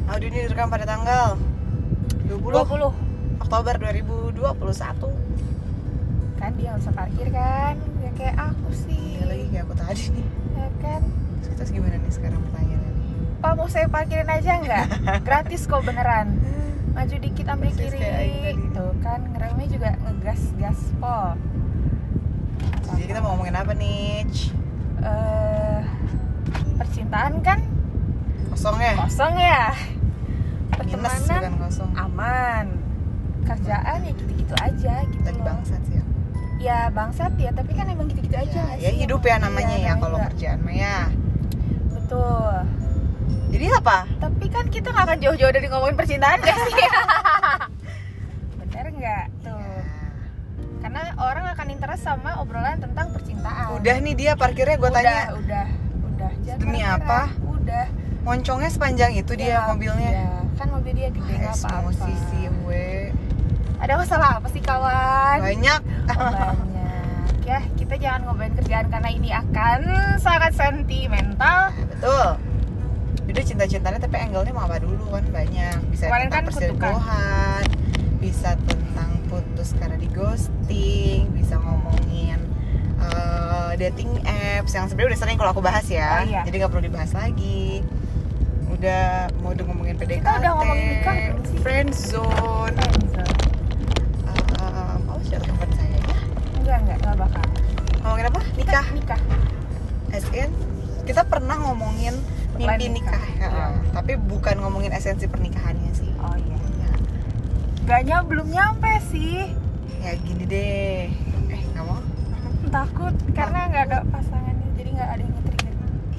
Audio ini direkam pada tanggal 20 Oktober 2021. Kan dia nggak bisa parkir kan, ya kayak aku sih. Ya lagi kayak aku tadi nih. Ya kan. Terus gimana nih sekarang pertanyaannya nih? Pak, mau saya parkirin aja nggak? Gratis kok beneran. Maju dikit ambil Persis kiri. kayak Aing tadi. Tuh kan ngeremnya juga ngegas gaspol. Jadi kita mau ngomongin apa nih? Percintaan kan Kosong ya? kosong ya. Minus Pertemanan bukan kosong. aman. Kerjaan ya gitu-gitu aja gitu Lagi loh. bangsat sih ya. Ya bangsat ya, tapi kan emang gitu-gitu aja. Ya, nggak ya sih? hidup ya namanya ya namanya kalau nggak. kerjaan mah ya. Betul. Jadi apa? Tapi kan kita nggak akan jauh-jauh dari ngomongin percintaan gak sih? Bener nggak tuh? Ya. Karena orang akan interest sama obrolan tentang percintaan. Udah nih dia parkirnya gue tanya. Udah. Jangan Demi marah-marah. apa? Udah. Moncongnya sepanjang itu dia mobilnya. Ya, kan mobil dia gede nggak apa-apa. Emosi sih gue. Ada masalah apa sih kawan? Banyak. Banyak. Ya, kita jangan ngobrolin kerjaan karena ini akan sangat sentimental. Betul. Udah cinta-cintanya tapi angle-nya mau apa dulu kan banyak. Bisa Kemarin tentang kan perselingkuhan, bisa tentang putus karena di ghosting, bisa ngomongin dating apps yang sebenarnya udah sering kalau aku bahas ya. Oh, iya. Jadi nggak perlu dibahas lagi. Udah ngomongin PDKT, Kita udah ngomongin nikah belum sih? friend zone. Oh, siapa teman saya ya? Enggak bakal. Ngomongin apa? Nikah. Nikah. SN kita pernah ngomongin mimpi Plan nikah, nikah. ya. Tapi bukan ngomongin esensi pernikahannya sih. Oh iya. Ya, Gaknya belum nyampe sih. ya gini deh. Nggak mau? Takut karena nggak ada pasangannya, jadi nggak ada yang nge-trigger.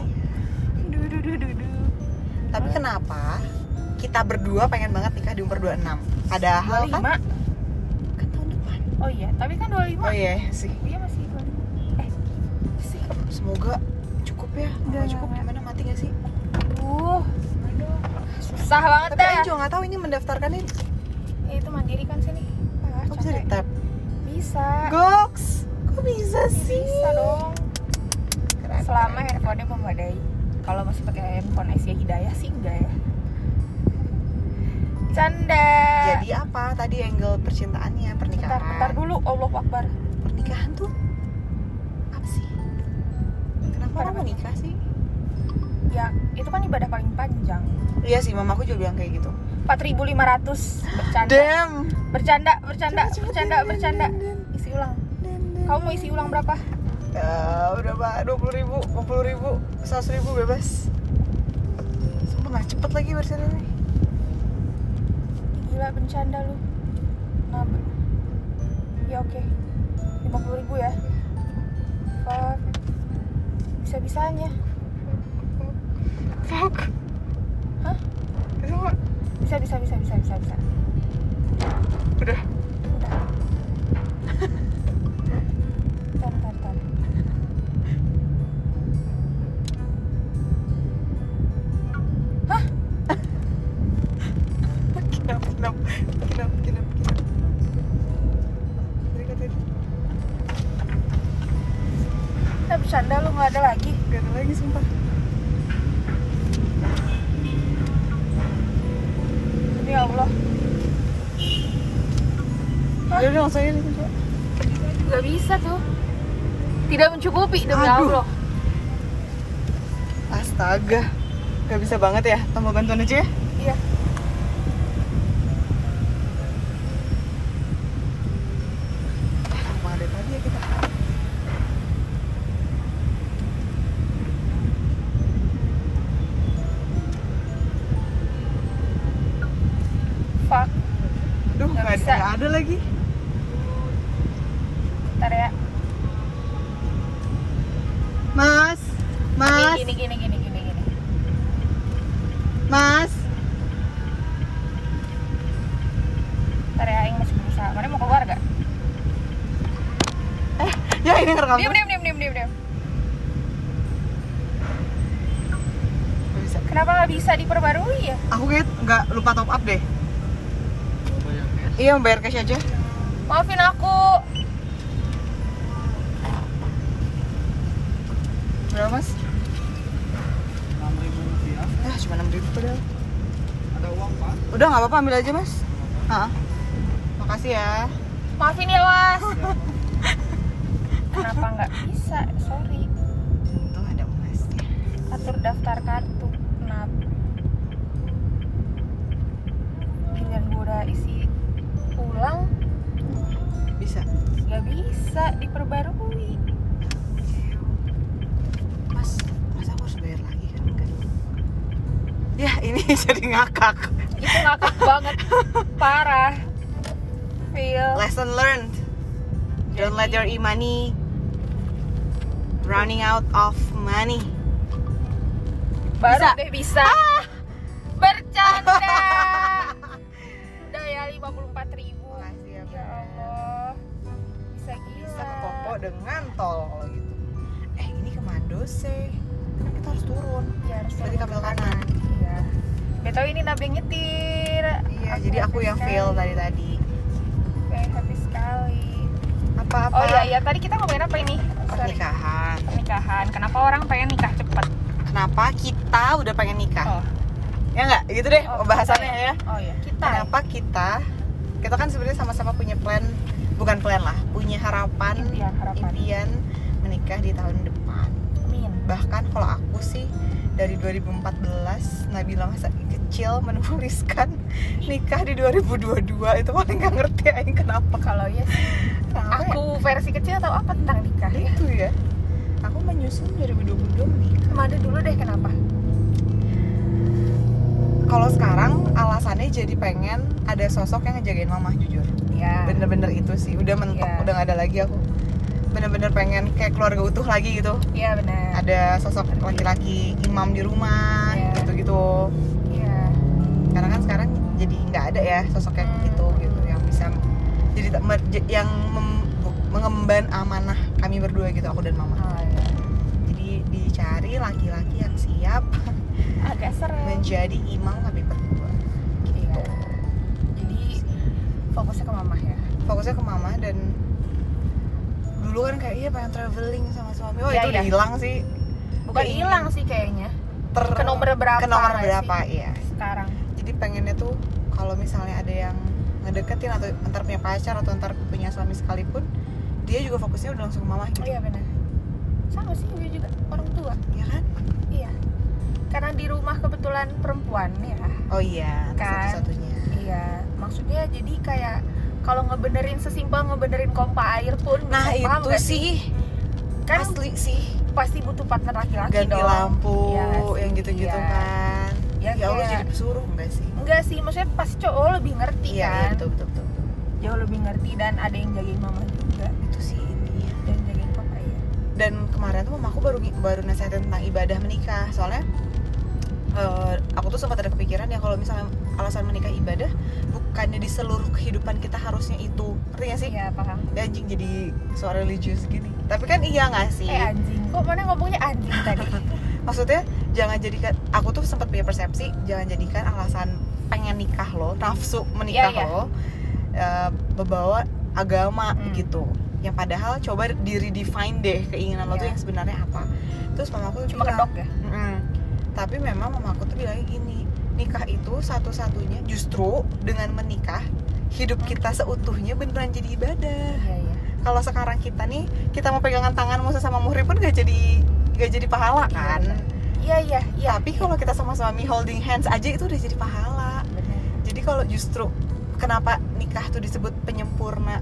Duh. Tapi kenapa kita berdua pengen banget nikah di umur 26? Padahal 25. kan tahun depan. Oh iya, tapi kan 25. Oh iya sih. Iya masih 25. Sih. Semoga cukup ya. Kalau Nggak, cukup nggak. gimana mati gak sih? Aduh. Susah banget Tapi dah. Aing juga nggak tahu ini mendaftarkannya. Ya, itu mandiri kan sini. Kok bisa di tap? Bisa. Goks. Kok bisa sih? Bisa dong. Keren, Selama keren. handphonenya memadai. Kalau masih pakai handphone Asia Hidayah sih enggak ya. Canda. Jadi apa tadi angle percintaannya, pernikahan? Bentar dulu, Allahu Akbar. Pernikahan tuh apa sih? Kenapa Pada orang mau nikah sih? Ya, itu kan ibadah paling panjang. Iya sih, mamaku juga bilang kayak gitu. 4.500 bercanda. Damn. Bercanda. Isi ulang. Kamu mau isi ulang berapa? Udah pak, 20.000, 50.000, 100.000 bebas. Sumpah nggak cepet lagi bercanda nih. Gila bercanda lu. Nah, ya oke. 50.000 ya. Fuck. Bisa-bisanya. Fuck. Hah? Itu nggak? Bisa. Udah. Bentar. Hah? Kenapa? Tadi katanya Bercanda lu nggak ada lagi. nggak ada lagi sumpah. Demi Allah. Udah langsung aja nih. Gak bisa tuh. Tidak mencukupi demi Aduh. Allah. Astaga. Gak bisa banget ya, tambah bantuan aja ya. Iya. Emang ada tadi ya kita. Fuck. Duh, Nggak nggak bisa. ada lagi. Ntar ya. Mas. Gini. Mas. Ntar ya, Aing masih berusaha. Mana mau keluar gak? Ya ini ngerekam. Diam. Nggak bisa. Kenapa gak bisa diperbarui ya? Aku kayak nggak lupa top up deh. Iya, bayar cash aja. Maafin aku. Berapa mas? 6.000 rupiah. Cuma 6.000 padahal. Udah nggak apa-apa, ambil aja mas. Makasih ya. Maafin ya mas. Kenapa nggak bisa? Sorry. Untung ada masnya. Atur daftar kartu. Kenapa? Giliran gue udah isi ulang, Bisa. nggak bisa diperbarui. Mas aku harus bayar lagi kan? Enggak. Ya ini jadi ngakak. Itu ngakak banget, parah. Feel. Lesson learned. Don't let your e-money running out of money. Baru Bisa. deh bisa. Bercanda. Udah ya 54.000. Makasih ya, Ya Beb. Allah. Bisa gila. Bisa ke Kopo dengan tol kalau gitu. Ini ke Mandose. Kan kita harus turun. Ya, harus Berarti turun kabel ke kanan. Iya. Betul ini Nabi yang nyetir. Iya, jadi aku happy yang sekali. fail tadi. Happy sekali. Apa-apa? Oh iya, tadi kita ngomongin apa ini? Sorry. Pernikahan. Pernikahan. Kenapa orang pengen nikah cepet? Kenapa kita udah pengen nikah? Oh. Ya nggak? Gitu deh bahasannya kita ya. Oh iya, kita. Kenapa kita kan sebenarnya sama-sama punya bukan plan lah, punya harapan, Harapan. impian menikah di tahun depan. Amin. Bahkan kalau aku sih dari 2014 Nabila masa kecil menuliskan nikah di 2022, itu paling nggak ngerti aing kenapa. Kalau iya sih, Kenapa aku versi kecil tahu apa tentang nikah ya? ya? Itu ya. Aku menyusun 2022 menikah. Mada dulu deh kenapa? Kalau sekarang alasannya jadi pengen ada sosok yang ngejagain mama, jujur. Ya. Bener-bener itu sih, udah mentok, Iya. udah nggak ada lagi aku. Bener-bener pengen kayak keluarga utuh lagi gitu. Iya benar. Ada sosok laki-laki imam di rumah, Iya. gitu-gitu. Iya. Karena kan sekarang jadi nggak ada ya sosok yang gitu yang bisa jadi mengemban amanah kami berdua gitu, aku dan mama. Oh, iya. Jadi dicari laki-laki yang siap Agak serem. menjadi imam kami berdua. Iya. Jadi fokusnya ke mama ya. Fokusnya ke mama, dan dulu kan kayak pengen traveling sama suami. Iya, Itu udah iya. hilang sih. Bukan Keinginan. hilang sih kayaknya. Ke nomor berapa? Ke nomor nggak berapa, sih? iya. Sekarang. Jadi pengennya tuh kalau misalnya ada yang ngedeketin atau ntar punya pacar atau ntar punya suami sekalipun, dia juga fokusnya udah langsung ke mama gitu. Oh iya benar. Sama sih gue juga orang tua. Iya kan? Iya. Karena di rumah kebetulan perempuan ya. Oh iya, Kan? satu-satunya. Iya. Maksudnya jadi kayak kalau ngebenerin sesimpel ngebenerin pompa air pun Nah paham itu nggak sih kan asli sih. pasti butuh partner laki-laki Ganti dong. lampu Iya sih, yang gitu-gitu iya. kan. Ya, Ya Allah, kayak- jadi pesuruh enggak sih? Enggak sih, maksudnya pasti cowok lebih ngerti Iya, kan. betul. Jauh lebih ngerti dan ada yang jagain mama juga Itu sih intinya. dan jagain papa ya. Dan kemarin tuh mamaku baru nasihatin tentang ibadah menikah. Soalnya aku tuh sempat ada kepikiran ya, kalau misalnya alasan menikah ibadah, bukannya di seluruh kehidupan kita harusnya itu, ngerti gak sih? Iya paham. Ya anjing, jadi suara religius gini. Tapi kan iya gak sih? Anjing, kok mana ngomongnya anjing tadi? Maksudnya jangan jadikan, aku tuh sempat punya persepsi, jangan jadikan alasan pengen nikah lo, nafsu menikah Iya. lo membawa agama gitu. gitu. Yang padahal coba di redefine deh keinginan lo tuh Iya. yang sebenarnya apa. Terus mamaku Cuma bilang, kedok ya? tapi memang mamaku tuh bilangnya gini, nikah itu satu-satunya, justru dengan menikah hidup kita seutuhnya beneran jadi ibadah. Iya. Kalau sekarang kita nih, kita mau pegangan tangan musuh sama muhrim pun gak jadi pahala kan. Iya. Tapi kalau kita sama suami holding hands aja itu udah jadi pahala. Bener. Jadi kalau justru kenapa nikah tuh disebut penyempurna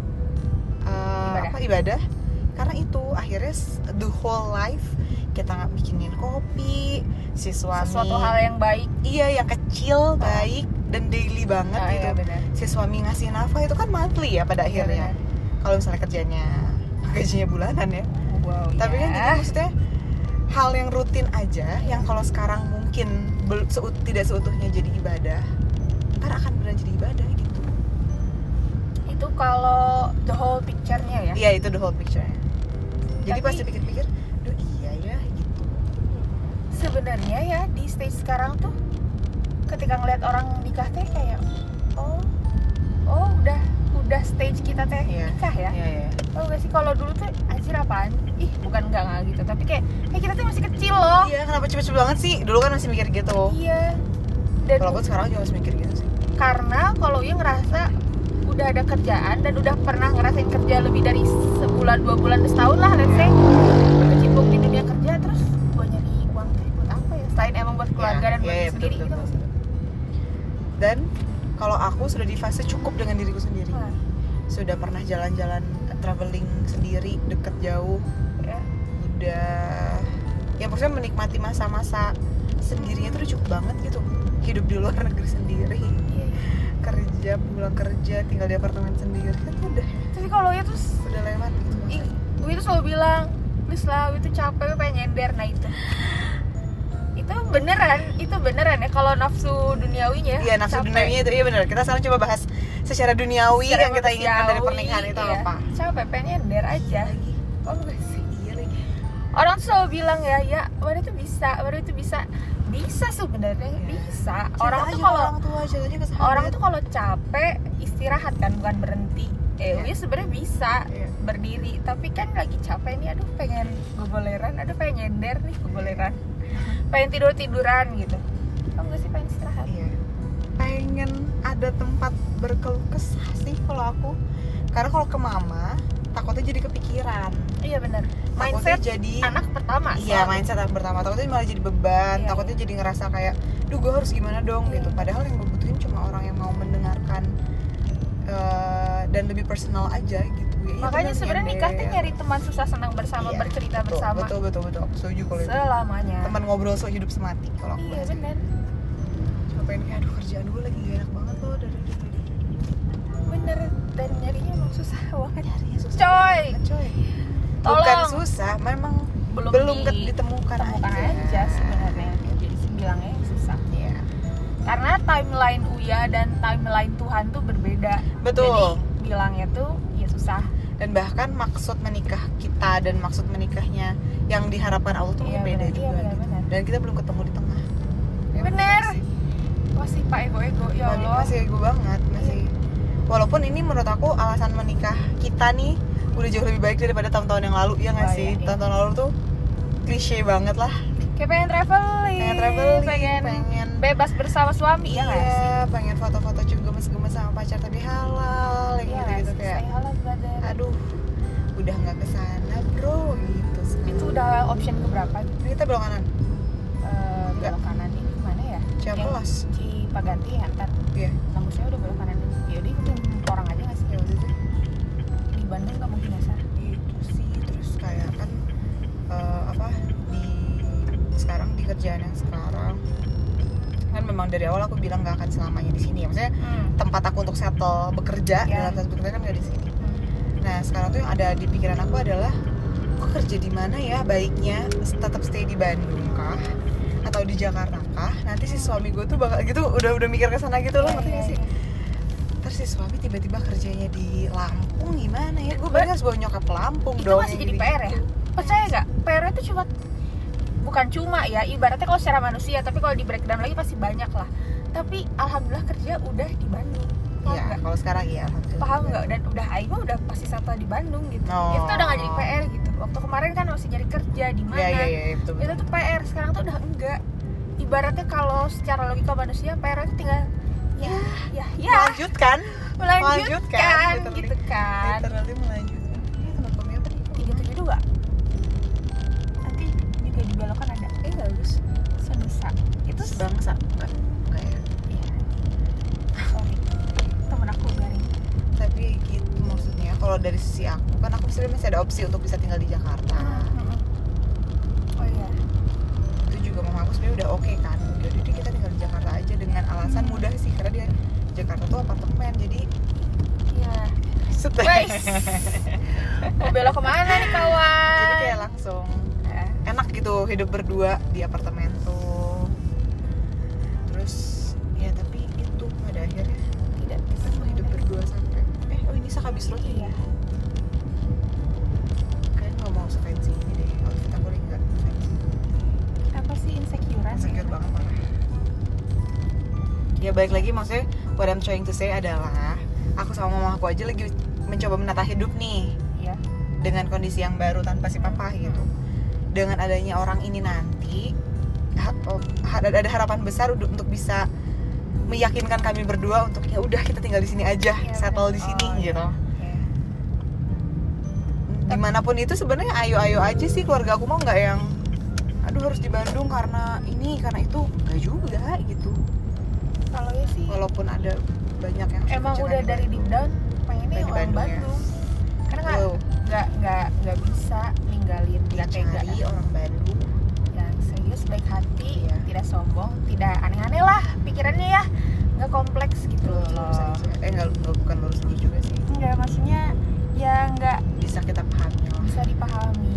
ibadah? Karena itu akhirnya the whole life kita nggak bikinin kopi, si suami Sesuatu hal yang baik. iya yang kecil baik dan daily banget gitu. Iya benar. Si suami ngasih nafkah itu kan monthly ya pada akhirnya. Kalau misalnya kerjanya gajinya bulanan ya. Wow, Tapi kan ya. jadi maksudnya hal yang rutin aja, yang kalau sekarang mungkin tidak seutuhnya jadi ibadah, ntar akan benar jadi ibadah gitu. Itu kalau the whole picture-nya ya. Iya, itu the whole picture-nya. Jadi Tapi- pas dipikir-pikir, duh iya ya gitu. Sebenarnya ya di stage sekarang tuh ketika ngeliat orang nikah teh kayak oh udah stage kita teh Iya. nikah ya. Iya. Oh gak sih, kalau dulu tuh anjir apaan? Ih, bukan enggak gitu, tapi kayak kita tuh masih kecil loh. Iya, kenapa cepet-cepet banget sih? Dulu kan masih mikir gitu. Iya. Dan Walaupun sekarang juga harus mikir gitu sih. karena kalau Uya ngerasa udah ada kerjaan dan udah pernah ngerasain kerja lebih dari sebulan, 2 bulan, setahun lah, let's say berkecimpung di dunia kerja, terus gue nyari uang tuh buat apa ya? Selain emang buat keluarga dan buat diri sendiri gitu masih. Dan kalau aku sudah di fase cukup dengan diriku sendiri. Sudah pernah jalan-jalan traveling sendiri deket jauh. Ya. Udah ya maksudnya menikmati masa-masa sendirinya tuh udah cukup banget gitu. Hidup di luar negeri sendiri. Iya. Kerja, pulang kerja, tinggal di apartemen sendiri kan udah Tapi kalau Uya tuh udah lewat gitu. Uya tuh selalu bilang, please lah, Uya tuh capek, Uya pengen nyender. Nah itu beneran ya kalau nafsu duniawinya. Iya, nafsu capek. duniawinya itu iya benar. Kita sekarang coba bahas secara duniawi Secara yang kita inginkan dari manusiawi, pernikahan itu iya. apa? Capek, pengen nyender aja. Lagi. Oh enggak sih. Iya lagi. Orang tuh selalu bilang ya wanita itu bisa sebenarnya bisa. Orang tuh kalau capek istirahat kan, bukan berhenti. Uya sebenarnya bisa berdiri, tapi kan lagi capek nih, aduh pengen gogoleran, aduh pengen nyender nih gogoleran, pengen tiduran gitu. Kamu nggak sih pengen istirahat? Iya. Pengen ada tempat berkeluh kesah sih kalau aku. Karena kalau ke mama takutnya jadi kepikiran. Iya benar. Takutnya Mindset jadi anak pertama. Iya, mindset anak pertama. Takutnya malah jadi beban. Iya. Takutnya jadi ngerasa kayak, duh gue harus gimana dong gitu. Padahal yang gue butuhin cuma orang yang mau mendengarkan dan lebih personal aja gitu. Ya, Makanya sebenarnya nikah tuh nyari teman susah senang bersama, Iya, bercerita betul, bersama. Betul. Aku setuju kalau itu. Selamanya. Teman ngobrol soal hidup semati kalau aku. Iya benar. Cuma pengen kayak aduh kerjaan gue lagi gak enak banget loh dari Bener, dan nyarinya emang susah banget. nyarinya susah. Coy. Bukan Tolong. susah, memang Belum ditemukan aja sebenarnya. Jadi bilangnya susah. Iya. Karena timeline Uya dan timeline Tuhan tuh berbeda. Betul. Jadi bilangnya tuh ya susah. Dan bahkan maksud menikah kita dan maksud menikahnya yang diharapkan Allah tuh Iya, beda benar. juga. Iya, benar. Dan kita belum ketemu di tengah. Bener. Masih pak ego ya Allah. Masih ego banget, masih. Walaupun ini menurut aku alasan menikah kita nih udah jauh lebih baik daripada tahun-tahun yang lalu, ya nggak sih? Iya. Tahun-tahun lalu tuh klise banget lah. Kayak pengen traveling, pengen bebas bersama suami, ya nggak sih? Iya, pengen foto-foto juga gemes-gemes sama pacar tapi halal, Iya, gitu kayak. stay halal, brother. Aduh, udah nggak kesana bro, gitu. Itu udah option keberapa? Kita belok kanan, Belok kanan ini mana ya? Ciamplas. Cipaganti ya, ntar. Iya. Nembusnya udah belok kanan dulu. Ya udah ikutin orang aja nggak sih? Ya udah deh. Di Bandung nggak mungkin dasar. Itu sih, terus kayak kan sekarang di kerjaan yang sekarang kan memang dari awal aku bilang nggak akan selamanya di sini ya, maksudnya tempat aku untuk settle bekerja dalam satu bekerja kan nggak di sini. Nah sekarang tuh yang ada di pikiran aku adalah aku kerja di mana ya, baiknya tetap stay di Bandung kah atau di Jakarta kah? Nanti si suami gue tuh bakal gitu udah mikir ke sana gitu loh, ngerti nggak sih? Terus si suami tiba-tiba kerjanya di Lampung gimana ya? Gue berarti harus bawa nyokap ke Lampung Itu dong. masih jadi PR ya? Percaya nggak? PR itu bukan cuma ya, ibaratnya kalau secara manusia, tapi kalau di breakdown lagi pasti banyak lah. Tapi alhamdulillah kerja udah di Bandung. Iya, kalau sekarang iya alhamdulillah. Paham nggak? Dan udah Aigo udah pasti settle di Bandung gitu. Itu udah nggak jadi PR gitu. Waktu kemarin kan masih nyari kerja di mana? Iya, betul. Itu tuh PR, sekarang tuh udah enggak. Ibaratnya kalau secara logika manusia PR itu tinggal ya melanjutkan gitu kan. Literally melanjutkan. Ini tempat kopi apa nih? 372 nanti juga di belokan ada Bagus. Senusa itu Sebangsa bukan ya. iya. Sorry, temen aku garing. Tapi gitu maksudnya kalau dari sisi aku kan aku sebenarnya masih ada opsi untuk bisa tinggal di Jakarta. Oh iya. Itu juga mama aku sebenarnya udah oke kan. Jadi kita tinggal di Jakarta aja dengan alasan mudah sih karena dia Jakarta tuh apartemen jadi Iya. Wes. Mau belok kemana nih kawan? Jadi kayak langsung enak gitu hidup berdua di apartemen tuh. Terus ya tapi itu pada akhirnya tidak kita mau hidup berdua sampai ini Sakabis Road. Iya. Kayaknya nggak mau se-fancy ini deh. Outfit aku nih nggak fancy. Apa sih insecurean? Insecure banget parah. Ya balik lagi maksudnya what I'm trying to say adalah aku sama mama aku aja lagi mencoba menata hidup nih. Iya. Dengan kondisi yang baru tanpa si papa gitu. Dengan adanya orang ini nanti ada harapan besar untuk bisa meyakinkan kami berdua untuk ya udah kita tinggal di sini aja, Iya, settle bener. di sini Oh, gitu. iya. Dimanapun itu sebenarnya ayo-ayo aja sih, keluarga aku mau nggak yang aduh harus di Bandung karena ini karena itu, nggak juga gitu. Kalau ya sih Walaupun ada banyak yang emang kerjakan udah di dari deep Bandung. down pengennya Pengen orang Bandung, ya. Bandung. Karena Wow. nggak bisa ninggalin, nggak tega. Dicari orang Bandung. Yang serius, baik hati, Iya. tidak sombong, tidak aneh-aneh lah pikirannya ya, nggak kompleks gitu Lurus loh. aja. Nggak bukan lurus-lurus juga sih, Enggak, maksudnya ya nggak bisa kita pahami lah. bisa dipahami.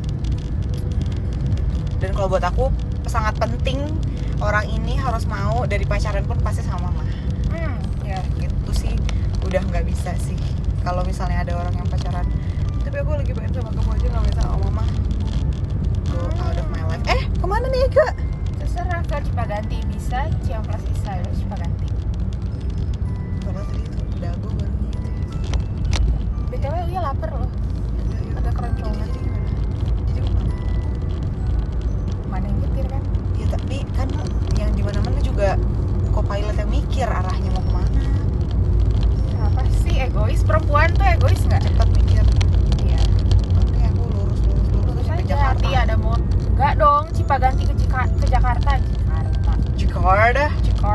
Dan kalau buat aku sangat penting orang ini harus mau dari pacaran pun pasti sama mama. Ya. Itu sih udah nggak bisa sih. Kalau misalnya ada orang yang pacaran, tapi aku lagi pengen sama kamu aja, nggak bisa sama mama. Go out of my life. Kemana nih Kak? Terserah, ke Cipaganti bisa, Ciamplas bisa, ya Cipaganti. Padahal tadi itu dagu baru gitu ya. BTW Uya lapar loh, Udah, yuk. agak keroncongan. Jadi gimana? Jadi kemana? Mana yang nyetir kan? Ya tapi kan yang di mana-mana juga co-pilot yang mikir arahnya mau kemana. Apa sih, egois? Perempuan tuh egois nggak? Cepat mikir. Iya. Penting aku lurus Terus sampai aja, Jakarta. nanti ada mau nggak dong, Cipaganti ke Jakarta. Jakarta.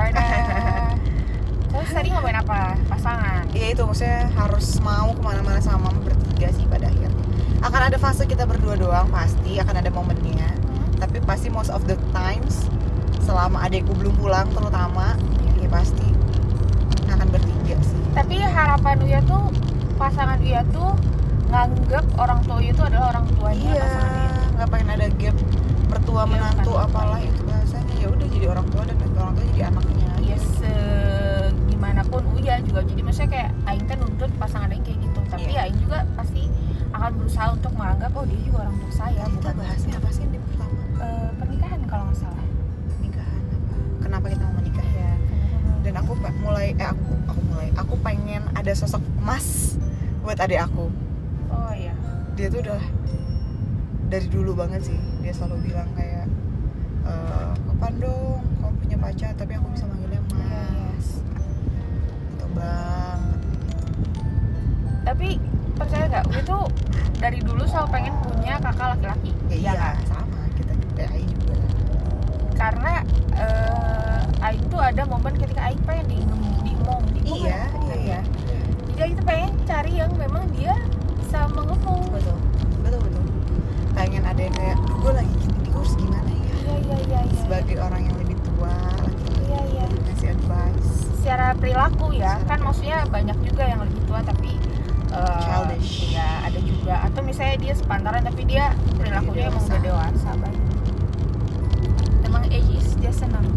Terus tadi ngomongin apa? Pasangan. Iya itu maksudnya harus mau kemana-mana sama mama bertiga sih pada akhirnya. Akan ada fase kita berdua doang pasti, akan ada momennya. Tapi pasti most of the times selama adekku belum pulang terutama, ya pasti akan bertiga sih. Tapi harapan Uya tuh, pasangan Uya tuh nganggep orang tua Uya tuh adalah orang tuanya Iya, pasangan Uya. nggak pengen ada gap mertua Iya, menantu kan. apalah itu bahasanya. Ya udah jadi orang tua dan orang tua jadi anaknya. Ya segimanapun Uya juga, jadi maksudnya kayak Aing kan nuntut pasangan Aing kayak gitu, tapi Iya. Aing juga pasti akan berusaha untuk menganggap oh dia juga orang tua saya, Kita bukan bahasnya apa sih di pertama? pernikahan kalau nggak salah. Nikahan apa? Kenapa kita mau menikah? Iya. Dan aku pengen ada sosok emas buat adik aku. Oh iya. Dia tuh udah dari dulu banget sih, dia selalu bilang kayak kapan dong kamu punya pacar tapi aku bisa manggilnya mas. Gitu banget. Tapi percaya nggak, Uya tuh dari dulu selalu pengen punya kakak laki-laki. Ya iya kan? sama kita Aing juga. Karena Aing tuh ada momen ketika Aing pengen diemong. Iya. Jadi Aing tuh pengen cari yang memang dia bisa mengemong. Betul. Pengen ada yang kayak, gue lagi gini nih, gue harus gimana ya? Iya. Sebagai orang yang lebih tua, Iya. ngasih advice. Secara perilaku ya, Secara kan maksudnya banyak juga yang lebih tua tapi childish. ya ada juga. Atau misalnya dia sepantaran tapi dia perilakunya emang udah dewasa banget. Emang age is just a number.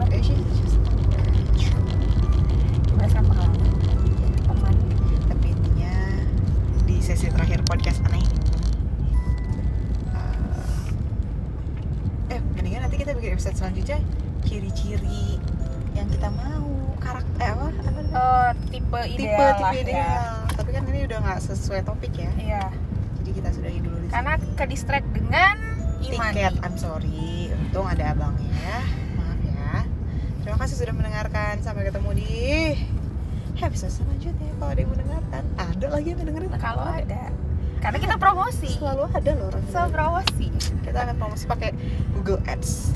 Berdasarkan pengalaman teman. Tapi intinya di sesi terakhir podcast aneh ini, mendingan nanti kita bikin episode selanjutnya ciri-ciri yang kita mau, karakter Tipe tipe ideal lah ideal. ya. Tapi kan ini udah nggak sesuai topik ya, Iya. jadi kita sudahi dulu di Karena sini. ke distract dengan Imani. Tiket, I'm sorry, untung ada abangnya, maaf ya. Terima kasih sudah mendengarkan, sampai ketemu di episode selanjutnya. Kalau ada yang mendengarkan, ada lagi yang mendengarin. Kalau ada. Karena kita promosi. Selalu ada loh orang. Promosi. Kita akan promosi pakai Google Ads.